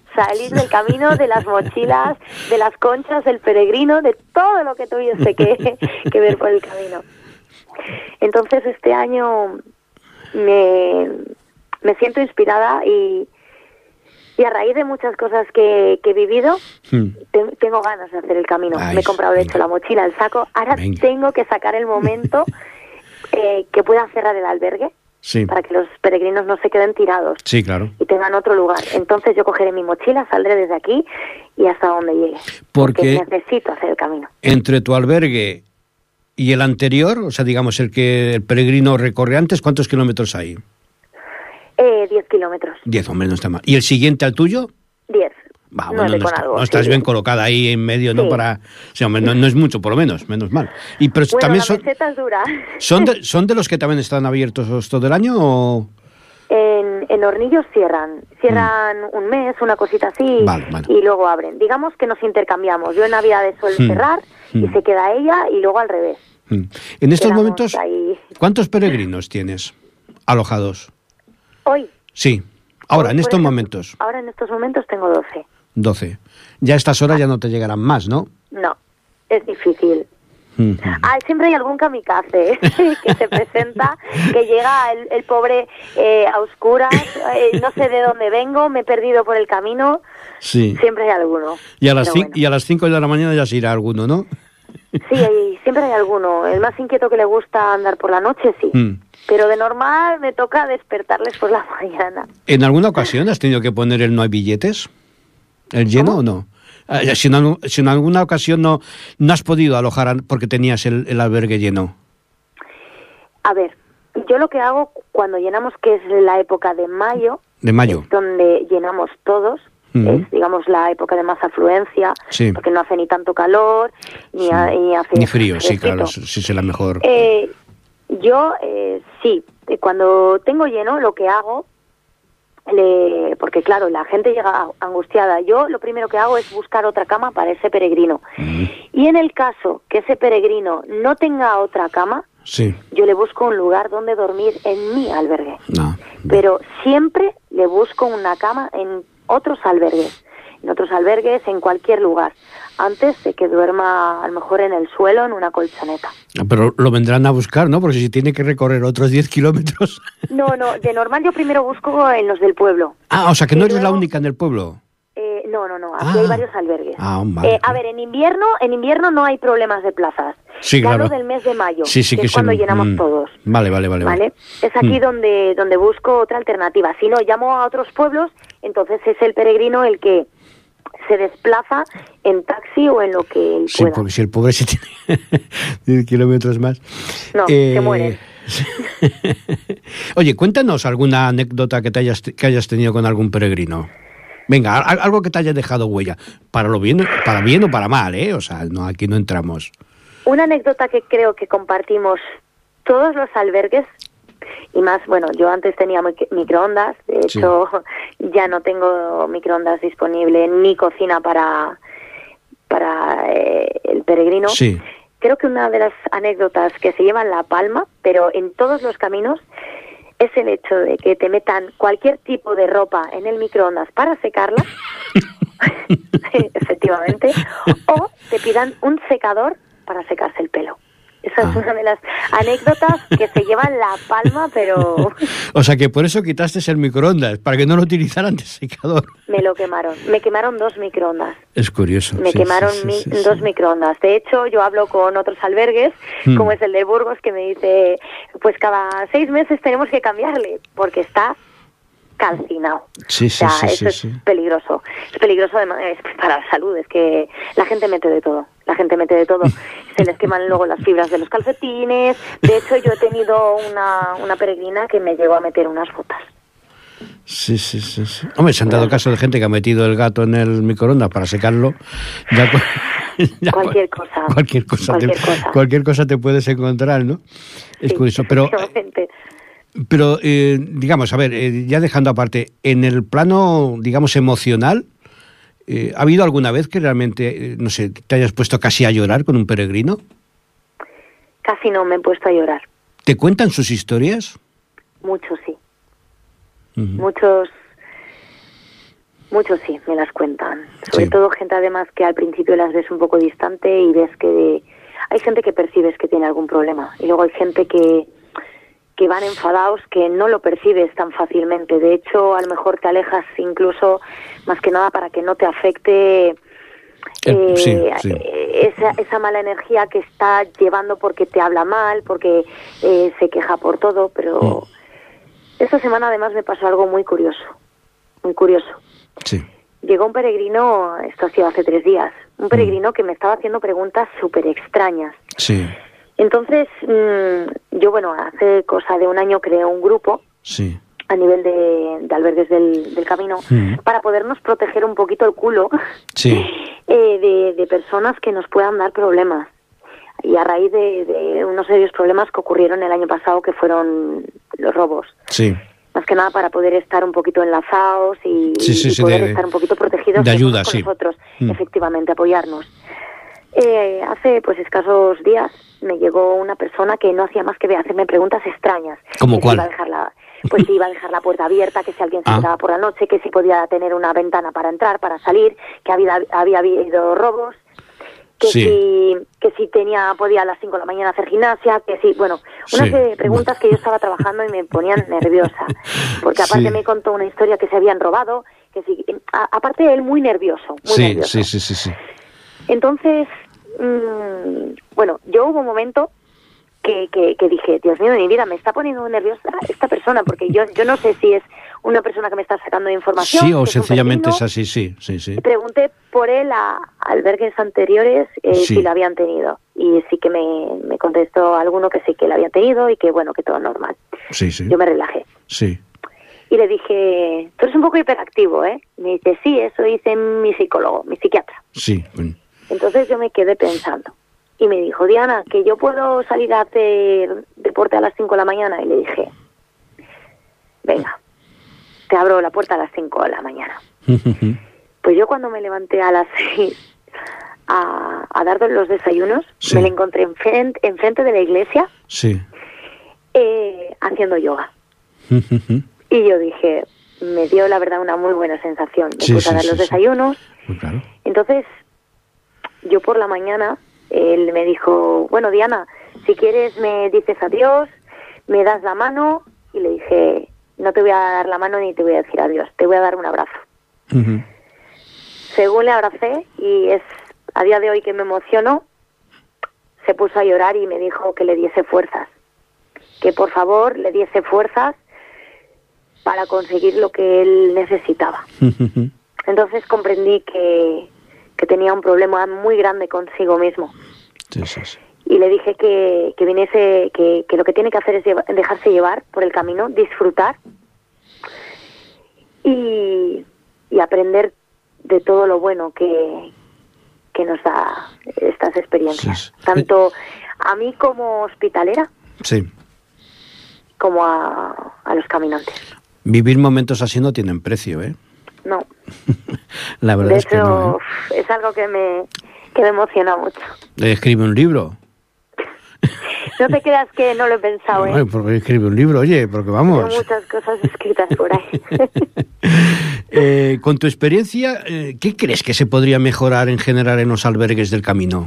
de las mochilas, de las conchas, del peregrino, de todo lo que tuviese que ver por el camino. Entonces este año me siento inspirada y a raíz de muchas cosas que he vivido, tengo ganas de hacer el camino. Ay, Me he comprado, de venga. hecho, la mochila, el saco. Ahora Venga. tengo que sacar el momento que pueda cerrar el albergue Sí. para que los peregrinos no se queden tirados Sí, claro. y tengan otro lugar. Entonces yo cogeré mi mochila, saldré desde aquí y hasta donde llegue. Porque necesito hacer el camino. entre tu albergue y el anterior, o sea, digamos, el que el peregrino recorre antes, ¿cuántos kilómetros hay? 10 kilómetros. 10, hombre, no está mal. ¿Y el siguiente al tuyo? 10. Va, bueno, 9 no, con algo, no estás sí. bien colocada ahí en medio, ¿no? Sí. Para, sí, hombre, no es mucho, por lo menos mal. Pero Bueno, también la meseta es dura. son de los que también están abiertos todo el año o En Hornillos cierran un mes, una cosita así, Vale. y luego abren. Digamos que nos intercambiamos. Yo en Navidades suelo cerrar y se queda ella, y luego al revés. En estos Quedamos momentos, ahí. ¿cuántos peregrinos tienes alojados? Hoy. Sí, ahora, Hoy, en por estos ejemplo, momentos. Ahora en estos momentos tengo 12. 12. Ya a estas horas ya no te llegarán más, ¿no? No, es difícil. Siempre hay algún kamikaze que se presenta, que llega el pobre a oscuras, no sé de dónde vengo, me he perdido por el camino. Sí. Siempre hay alguno. Y a las Pero bueno. y a las 5 de la mañana ya se irá alguno, ¿no? Sí, siempre hay alguno. El más inquieto que le gusta andar por la noche, sí. Pero de normal me toca despertarles por la mañana. ¿En alguna ocasión has tenido que poner el no hay billetes? ¿El lleno o no? Si en alguna ocasión no has podido alojar porque tenías el albergue lleno. A ver, yo lo que hago cuando llenamos, que es la época de mayo, es donde llenamos todos, es, digamos, la época de más afluencia, porque no hace ni tanto calor, ni hace... Ni frío, sí, claro, sí es la mejor. Yo, sí, cuando tengo lleno, lo que hago, porque claro, la gente llega angustiada, yo lo primero que hago es buscar otra cama para ese peregrino. Y en el caso que ese peregrino no tenga otra cama, yo le busco un lugar donde dormir en mi albergue. Pero siempre le busco una cama en otros albergues, en cualquier lugar, antes de que duerma a lo mejor en el suelo, en una colchoneta. Pero lo vendrán a buscar, ¿no? Porque si tiene que recorrer otros 10 kilómetros... No, de normal yo primero busco en los del pueblo. O sea que no eres la única en el pueblo. No, aquí hay varios albergues. Vale. A ver, en invierno no hay problemas de plazas. Sí, claro. Hablo del mes de mayo, que es cuando llenamos todos. Vale. Es aquí donde busco otra alternativa. Si no, llamo a otros pueblos, entonces es el peregrino el que se desplaza en taxi o en lo que él pueda. Porque si el pobre sí tiene 10 kilómetros más... No, se muere. Oye, cuéntanos alguna anécdota que hayas tenido con algún peregrino. Venga, algo que te haya dejado huella, para bien o para mal, ¿eh? O sea, aquí no entramos. Una anécdota que creo que compartimos todos los albergues, y más, bueno, yo antes tenía microondas, de hecho ya no tengo microondas disponible ni cocina para el peregrino. Creo que una de las anécdotas que se llevan la palma, pero en todos los caminos, es el hecho de que te metan cualquier tipo de ropa en el microondas para secarla, efectivamente, o te pidan un secador para secarse el pelo. Esa es una de las anécdotas que se llevan la palma, pero... O sea que por eso quitaste el microondas, para que no lo utilizaran de secador. Me lo quemaron. Me quemaron 2 microondas. Es curioso. Me quemaron 2 microondas. De hecho, yo hablo con otros albergues, como es el de Burgos, que me dice, pues cada 6 meses tenemos que cambiarle, porque está calcinado. Eso es peligroso. Es peligroso para la salud, es que la gente mete de todo. Se les queman luego las fibras de los calcetines. De hecho, yo he tenido una peregrina que me llegó a meter unas botas. Sí. Hombre, se han dado caso de gente que ha metido el gato en el microondas para secarlo. Cualquier cosa te puedes encontrar, ¿no? Es curioso, pero digamos, a ver, ya dejando aparte, en el plano, digamos, emocional, ¿ha habido alguna vez que realmente, no sé, te hayas puesto casi a llorar con un peregrino? Casi no me he puesto a llorar. ¿Te cuentan sus historias? Muchos sí. Muchos sí, me las cuentan. Sobre todo gente además que al principio las ves un poco distante y ves que hay gente que percibes que tiene algún problema. Y luego hay gente que van enfadados, que no lo percibes tan fácilmente. De hecho, a lo mejor te alejas incluso más que nada para que no te afecte esa mala energía que está llevando porque te habla mal, porque se queja por todo. Pero esta semana además me pasó algo muy curioso. Llegó un peregrino, esto ha sido hace 3 días, un peregrino que me estaba haciendo preguntas súper extrañas. Entonces, yo, hace cosa de 1 año creé un grupo a nivel de albergues del camino para podernos proteger un poquito el culo de personas que nos puedan dar problemas. Y a raíz de unos serios problemas que ocurrieron el año pasado, que fueron los robos. más que nada para poder estar un poquito enlazados y poder estar un poquito protegidos de ayuda, con nosotros, efectivamente, apoyarnos. Hace pues escasos días me llegó una persona que no hacía más que hacerme preguntas extrañas. ¿Cómo cuál? Si iba a dejar la puerta abierta, que si alguien se quedaba por la noche, que si podía tener una ventana para entrar, para salir, que había habido robos, que si podía a las 5 de la mañana hacer gimnasia, que si, una serie de preguntas que yo estaba trabajando y me ponían nerviosa, porque aparte me contó una historia que se habían robado, que si, aparte él muy nervioso, nervioso. Sí. Entonces, yo hubo un momento que dije, Dios mío de mi vida, me está poniendo nerviosa esta persona, porque yo no sé si es una persona que me está sacando de información. Sí, o sencillamente es así, sí. Pregunté por él a albergues anteriores si lo habían tenido, y sí que me contestó alguno que sí que lo habían tenido y que que todo normal. Sí. Yo me relajé. Sí. Y le dije, tú eres un poco hiperactivo, ¿eh? Me dice, sí, eso dice mi psicólogo, mi psiquiatra. Sí. Entonces yo me quedé pensando. Y me dijo, Diana, que yo puedo salir a hacer deporte a las 5 de la mañana. Y le dije, venga, te abro la puerta a las 5 de la mañana. Pues yo cuando me levanté a las 6 a dar los desayunos, me la encontré enfrente de la iglesia haciendo yoga. Y yo dije, me dio la verdad una muy buena sensación. Me puse a dar los desayunos. Claro. Entonces, yo por la mañana, él me dijo, bueno, Diana, si quieres me dices adiós, me das la mano. Y le dije, no te voy a dar la mano ni te voy a decir adiós, te voy a dar un abrazo. Según le abracé, y es a día de hoy que me emociono, se puso a llorar y me dijo que le diese fuerzas, que por favor le diese fuerzas para conseguir lo que él necesitaba. Entonces comprendí que tenía un problema muy grande consigo mismo. Sí. Y le dije que viniese, que lo que tiene que hacer es dejarse llevar por el camino, disfrutar y aprender de todo lo bueno que nos da estas experiencias. Tanto a mí como hospitalera, como a los caminantes. Vivir momentos así no tienen precio, ¿eh? No. La verdad es que no, es algo que me emociona mucho. Escribe un libro. No te creas que no lo he pensado, ¿eh? Porque escribe un libro, oye, porque vamos. Tengo muchas cosas escritas por ahí. Con tu experiencia, ¿qué crees que se podría mejorar en general en los albergues del camino?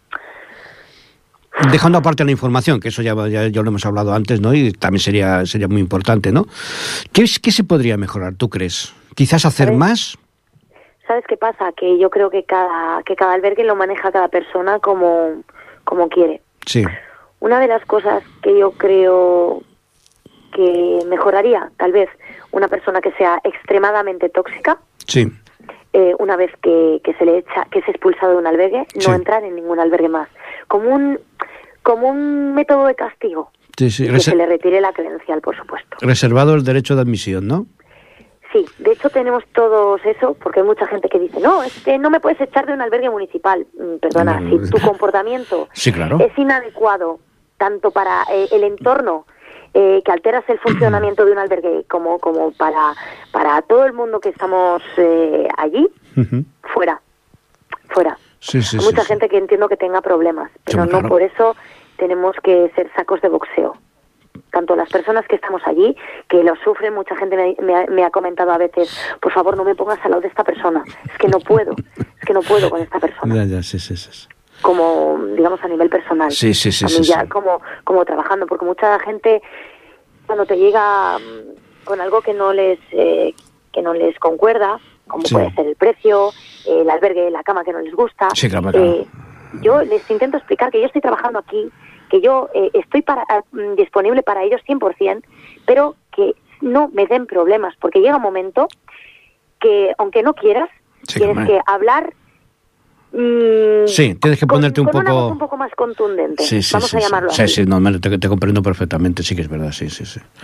Dejando aparte la información, que eso ya lo hemos hablado antes, ¿no? Y también sería muy importante, ¿no? ¿Qué se podría mejorar, tú crees? ¿Quizás hacer más? ¿Sabes qué pasa? Que yo creo que cada albergue lo maneja cada persona como quiere. Sí. Una de las cosas que yo creo que mejoraría, tal vez, una persona que sea extremadamente tóxica. Sí. Una vez que se le echa, que es expulsado de un albergue, no entrar en ningún albergue más. Como un método de castigo. Sí. Y que se le retire la credencial, por supuesto. Reservado el derecho de admisión, ¿no? Sí, de hecho tenemos todos eso, porque hay mucha gente que dice, no, es que no me puedes echar de un albergue municipal. Perdona, si tu comportamiento es inadecuado, tanto para el entorno, que alteras el funcionamiento de un albergue, como para todo el mundo que estamos allí, fuera. Hay mucha gente que entiendo que tenga problemas, pero no por eso tenemos que ser sacos de boxeo. Tanto las personas que estamos allí, que lo sufren, mucha gente me ha comentado a veces, por favor no me pongas al lado de esta persona, es que no puedo con esta persona. Sí. Como, digamos, a nivel personal. Sí. Como trabajando, porque mucha gente, cuando te llega con algo que no les concuerda, como puede ser el precio, el albergue, la cama que no les gusta, yo les intento explicar que yo estoy trabajando aquí, que yo estoy disponible para ellos 100%, pero que no me den problemas, porque llega un momento que, aunque no quieras, tienes que hablar. Tienes que ponerte con una voz un poco más contundente. Vamos a llamarlo así. Sí, te comprendo perfectamente, sí que es verdad, sí.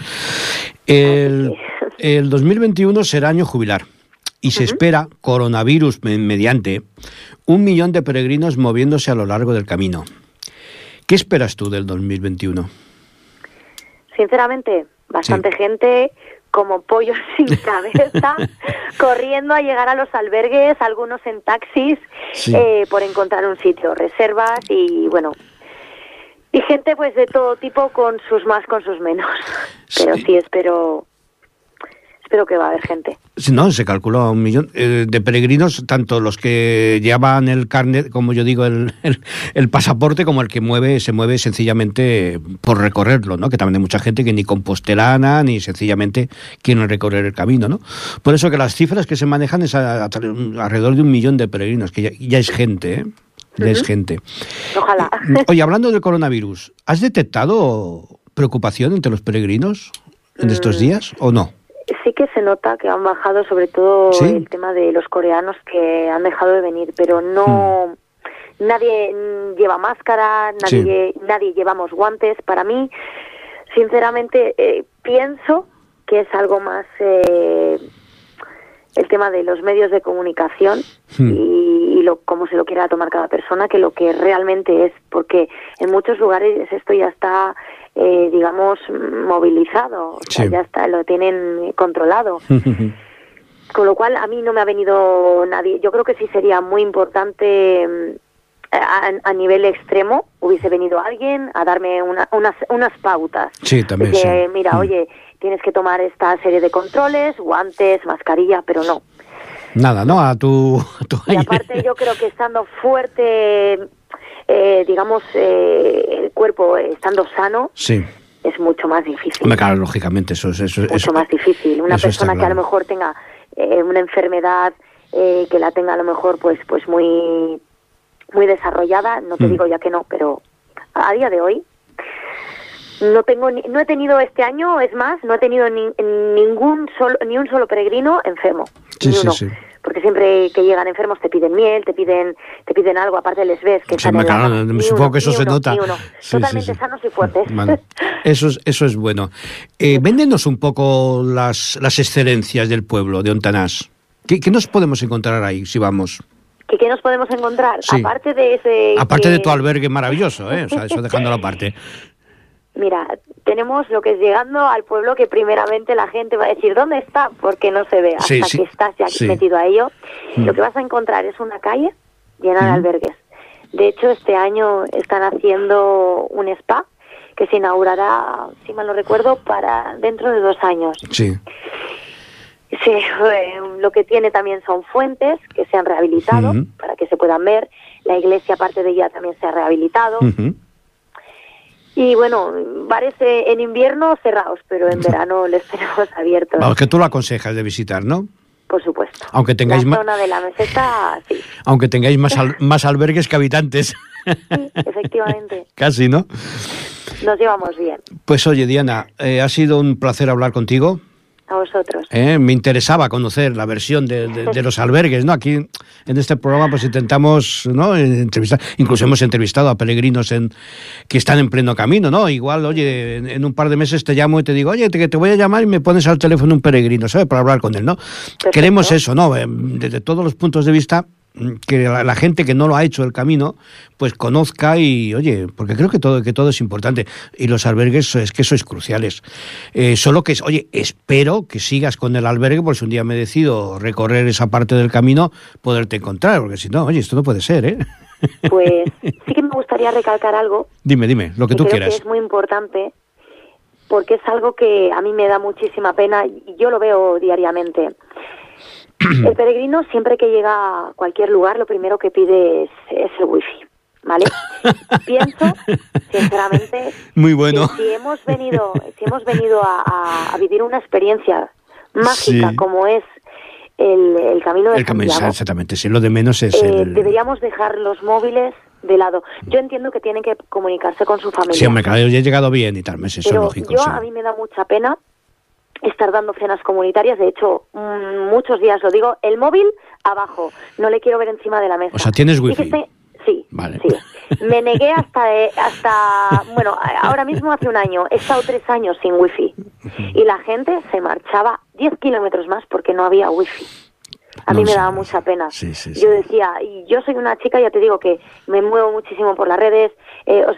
El 2021 será año jubilar. Y se espera, coronavirus mediante, 1 millón de peregrinos moviéndose a lo largo del camino. ¿Qué esperas tú del 2021? Sinceramente, bastante gente, como pollos sin cabeza, corriendo a llegar a los albergues, algunos en taxis, por encontrar un sitio, reservas y bueno, y gente pues de todo tipo, con sus más, con sus menos. Pero sí, espero que va a haber gente. No, se calcula 1 millón de peregrinos, tanto los que llevan el carnet, como yo digo, el pasaporte, como el que se mueve sencillamente por recorrerlo, ¿no? Que también hay mucha gente que ni compostelana, ni sencillamente quieren recorrer el camino, ¿no? Por eso que las cifras que se manejan es alrededor de 1 millón de peregrinos, que ya es gente, ¿eh? Ya es gente. Ojalá. Oye, hablando del coronavirus, ¿has detectado preocupación entre los peregrinos en estos días o no? Sí que se nota que han bajado, sobre todo el tema de los coreanos que han dejado de venir, pero no nadie lleva máscara, nadie llevamos guantes. Para mí, sinceramente, pienso que es algo más el tema de los medios de comunicación y cómo se lo quiera tomar cada persona, que lo que realmente es, porque en muchos lugares esto ya está digamos movilizado, o sea, ya está, lo tienen controlado. Con lo cual a mí no me ha venido nadie. Yo creo que sí sería muy importante a nivel extremo, hubiese venido alguien a darme unas pautas. Sí, también. Mira, oye, tienes que tomar esta serie de controles, guantes, mascarilla, pero no. Nada, ¿no? A tu y aparte yo creo que estando fuerte, digamos, el cuerpo estando sano, es mucho más difícil. Claro, lógicamente, eso es mucho más difícil. Una persona que a lo mejor tenga una enfermedad, que la tenga a lo mejor pues muy muy desarrollada, no te digo ya que no, pero a día de hoy no he tenido este año, es más, no he tenido ni un solo peregrino enfermo. Ni uno. Porque siempre que llegan enfermos te piden miel, te piden algo, aparte les ves que están supongo que eso se nota. Totalmente sanos y fuertes. Vale. Eso es bueno. Véndenos un poco las excelencias del pueblo de Ontanás. ¿Qué nos podemos encontrar ahí si vamos? ¿Qué nos podemos encontrar? Aparte de tu albergue maravilloso, o sea, eso dejándolo aparte. Mira, tenemos lo que es llegando al pueblo, que primeramente la gente va a decir ¿dónde está? Porque no se ve hasta que estás ya metido a ello. Lo que vas a encontrar es una calle llena de albergues. De hecho, este año están haciendo un spa que se inaugurará, si mal no recuerdo, para dentro de 2 años. Sí, lo que tiene también son fuentes que se han rehabilitado para que se puedan ver. La iglesia, aparte de ella, también se ha rehabilitado. Y bueno, bares en invierno cerrados, pero en verano les tenemos abiertos. Vamos, que tú lo aconsejas de visitar, ¿no? Por supuesto. Aunque tengáis la zona de la meseta, sí. Aunque tengáis más albergues que habitantes. Sí, efectivamente. Casi, ¿no? Nos llevamos bien. Pues oye, Diana, ha sido un placer hablar contigo. A vosotros. Me interesaba conocer la versión de los albergues, ¿no? Aquí en este programa pues intentamos, ¿no?, entrevistar, incluso hemos entrevistado a peregrinos que están en pleno camino, ¿no? Igual, oye, en un par de meses te llamo y te digo, oye, que te voy a llamar y me pones al teléfono un peregrino, ¿sabes?, para hablar con él, ¿no? Perfecto. Queremos eso, ¿no? Desde todos los puntos de vista, que la gente que no lo ha hecho el camino pues conozca y oye, porque creo que todo es importante y los albergues es que sois cruciales, solo que oye, espero que sigas con el albergue, porque si un día me decido recorrer esa parte del camino, poderte encontrar, porque si no, oye, esto no puede ser, Pues sí que me gustaría recalcar algo. Dime, lo que tú quieras. Que es muy importante, porque es algo que a mí me da muchísima pena y yo lo veo diariamente. El peregrino, siempre que llega a cualquier lugar, lo primero que pide es el wifi, ¿vale? Pienso, sinceramente, muy bueno. Si hemos venido a vivir una experiencia mágica como es el camino de Santiago, exactamente, si lo de menos es deberíamos dejar los móviles de lado. Yo entiendo que tienen que comunicarse con su familia. Sí, hombre, claro, yo he llegado bien y tal, eso es lógico. A mí me da mucha pena estar dando cenas comunitarias. De hecho, muchos días lo digo, el móvil abajo, no le quiero ver encima de la mesa. O sea, ¿tienes wifi? Sí, vale. Sí. Me negué hasta bueno, ahora mismo hace 1 año, he estado 3 años sin wifi y la gente se marchaba 10 kilómetros más porque no había wifi. A mí me daba mucha pena. Yo decía, y yo soy una chica, ya te digo, que me muevo muchísimo por las redes, o sea,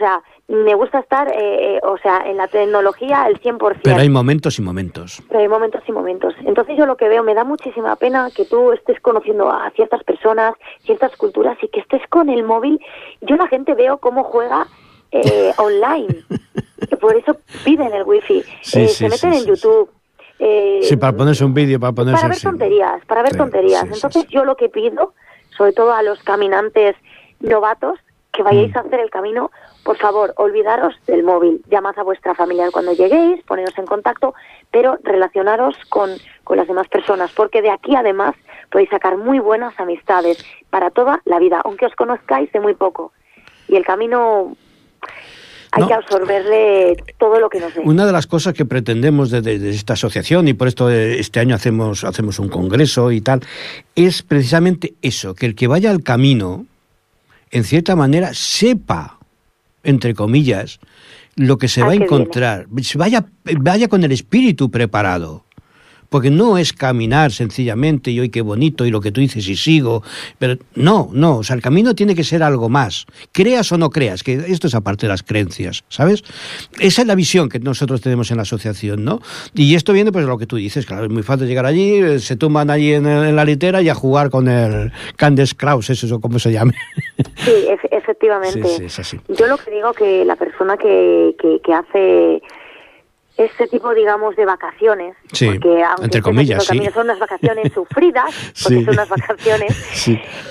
me gusta estar, en la tecnología al 100%. Pero hay momentos y momentos. Pero hay momentos y momentos. Entonces yo lo que veo, me da muchísima pena que tú estés conociendo a ciertas personas, ciertas culturas, y que estés con el móvil. Yo la gente veo cómo juega online. Por eso piden el wifi. Se meten en YouTube. Sí, para ponerse un vídeo, para ver tonterías, Entonces yo lo que pido, sobre todo a los caminantes novatos, que vayáis a hacer el camino, por favor, olvidaros del móvil. Llamad a vuestra familia cuando lleguéis, poneros en contacto, pero relacionaros con las demás personas, porque de aquí además podéis sacar muy buenas amistades para toda la vida, aunque os conozcáis de muy poco. Y el camino hay que absorberle todo lo que nos dé. Una de las cosas que pretendemos de esta asociación, y por esto este año hacemos un congreso y tal, es precisamente eso, que el que vaya al camino, en cierta manera, sepa, entre comillas, lo que se va a encontrar. Vaya con el espíritu preparado. Porque no es caminar sencillamente y hoy qué bonito y lo que tú dices y sigo, pero no, o sea, el camino tiene que ser algo más, creas o no creas, que esto es aparte de las creencias, ¿sabes? Esa es la visión que nosotros tenemos en la asociación, ¿no? Y esto viene pues de lo que tú dices, claro, es muy fácil llegar allí, se tumban allí en la litera y a jugar con el Candice Kraus, eso como se llame. Sí, efectivamente. Sí, es así. Yo lo que digo que la persona que hace este tipo, digamos, de vacaciones, porque aunque entre comillas, también son unas vacaciones sufridas, porque son unas vacaciones,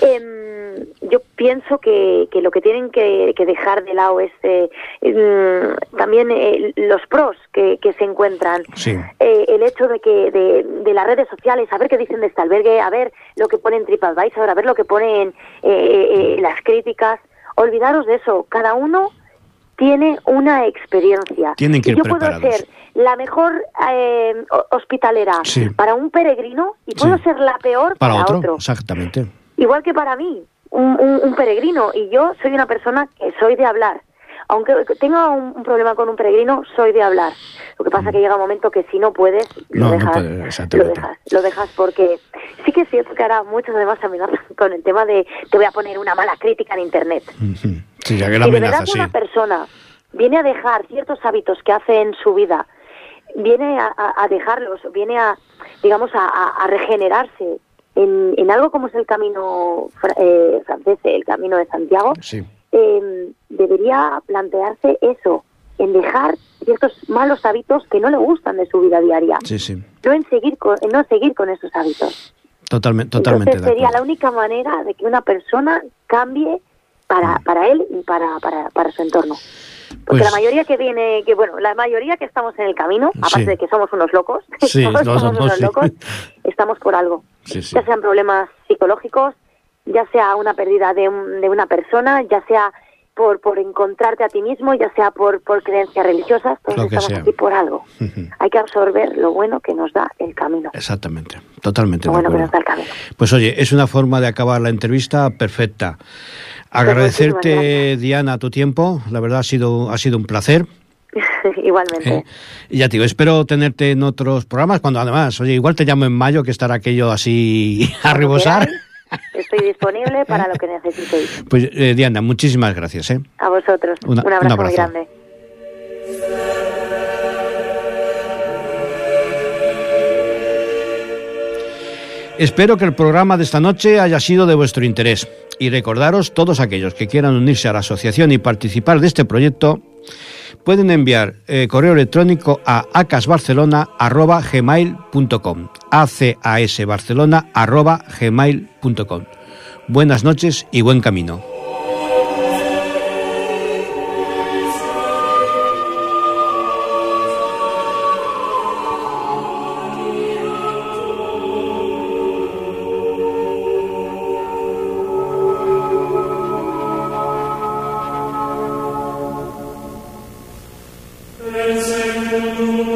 yo pienso que lo que tienen que dejar de lado es también los pros que se encuentran, el hecho de que de las redes sociales, a ver qué dicen de este albergue, a ver lo que ponen TripAdvisor, a ver lo que ponen las críticas. Olvidaros de eso, cada uno tiene una experiencia. Tienen que ir preparados. Puedo ser la mejor hospitalera para un peregrino y puedo ser la peor para otro. Exactamente. Igual que para mí, un peregrino. Y yo soy una persona que soy de hablar. Aunque tenga un problema con un peregrino, soy de hablar. Lo que pasa que llega un momento que si no puedes, lo dejas porque sí que es cierto que ahora muchos además amenazan con el tema de te voy a poner una mala crítica en internet. Sí, ya que si de verdad una persona viene a dejar ciertos hábitos que hace en su vida, viene a dejarlos, viene a, digamos, a regenerarse en algo como es el camino francés, el camino de Santiago, debería plantearse eso, en dejar ciertos malos hábitos que no le gustan de su vida diaria. No seguir con esos hábitos. Totalmente. Entonces sería la única manera de que una persona cambie para él y para su entorno. Porque la mayoría la mayoría que estamos en el camino, aparte de que somos unos locos, estamos por algo. Ya sean problemas psicológicos, ya sea una pérdida de una persona, ya sea por encontrarte a ti mismo, ya sea por creencias religiosas, todos estamos aquí por algo. Hay que absorber lo bueno que nos da el camino. Exactamente, totalmente. Lo bueno que nos da el camino. Pues oye, es una forma de acabar la entrevista perfecta. Agradecerte, Diana, tu tiempo. La verdad ha sido un placer. Igualmente. Y ya te digo, espero tenerte en otros programas, cuando además, oye, igual te llamo en mayo, que estará aquello así a rebosar. Estoy disponible para lo que necesitéis. Pues Diana, muchísimas gracias. A vosotros. Un abrazo muy grande. Espero que el programa de esta noche haya sido de vuestro interés y recordaros, todos aquellos que quieran unirse a la asociación y participar de este proyecto, pueden enviar correo electrónico a acasbarcelona@gmail.com, acasbarcelona@gmail.com. Buenas noches y buen camino. El Señor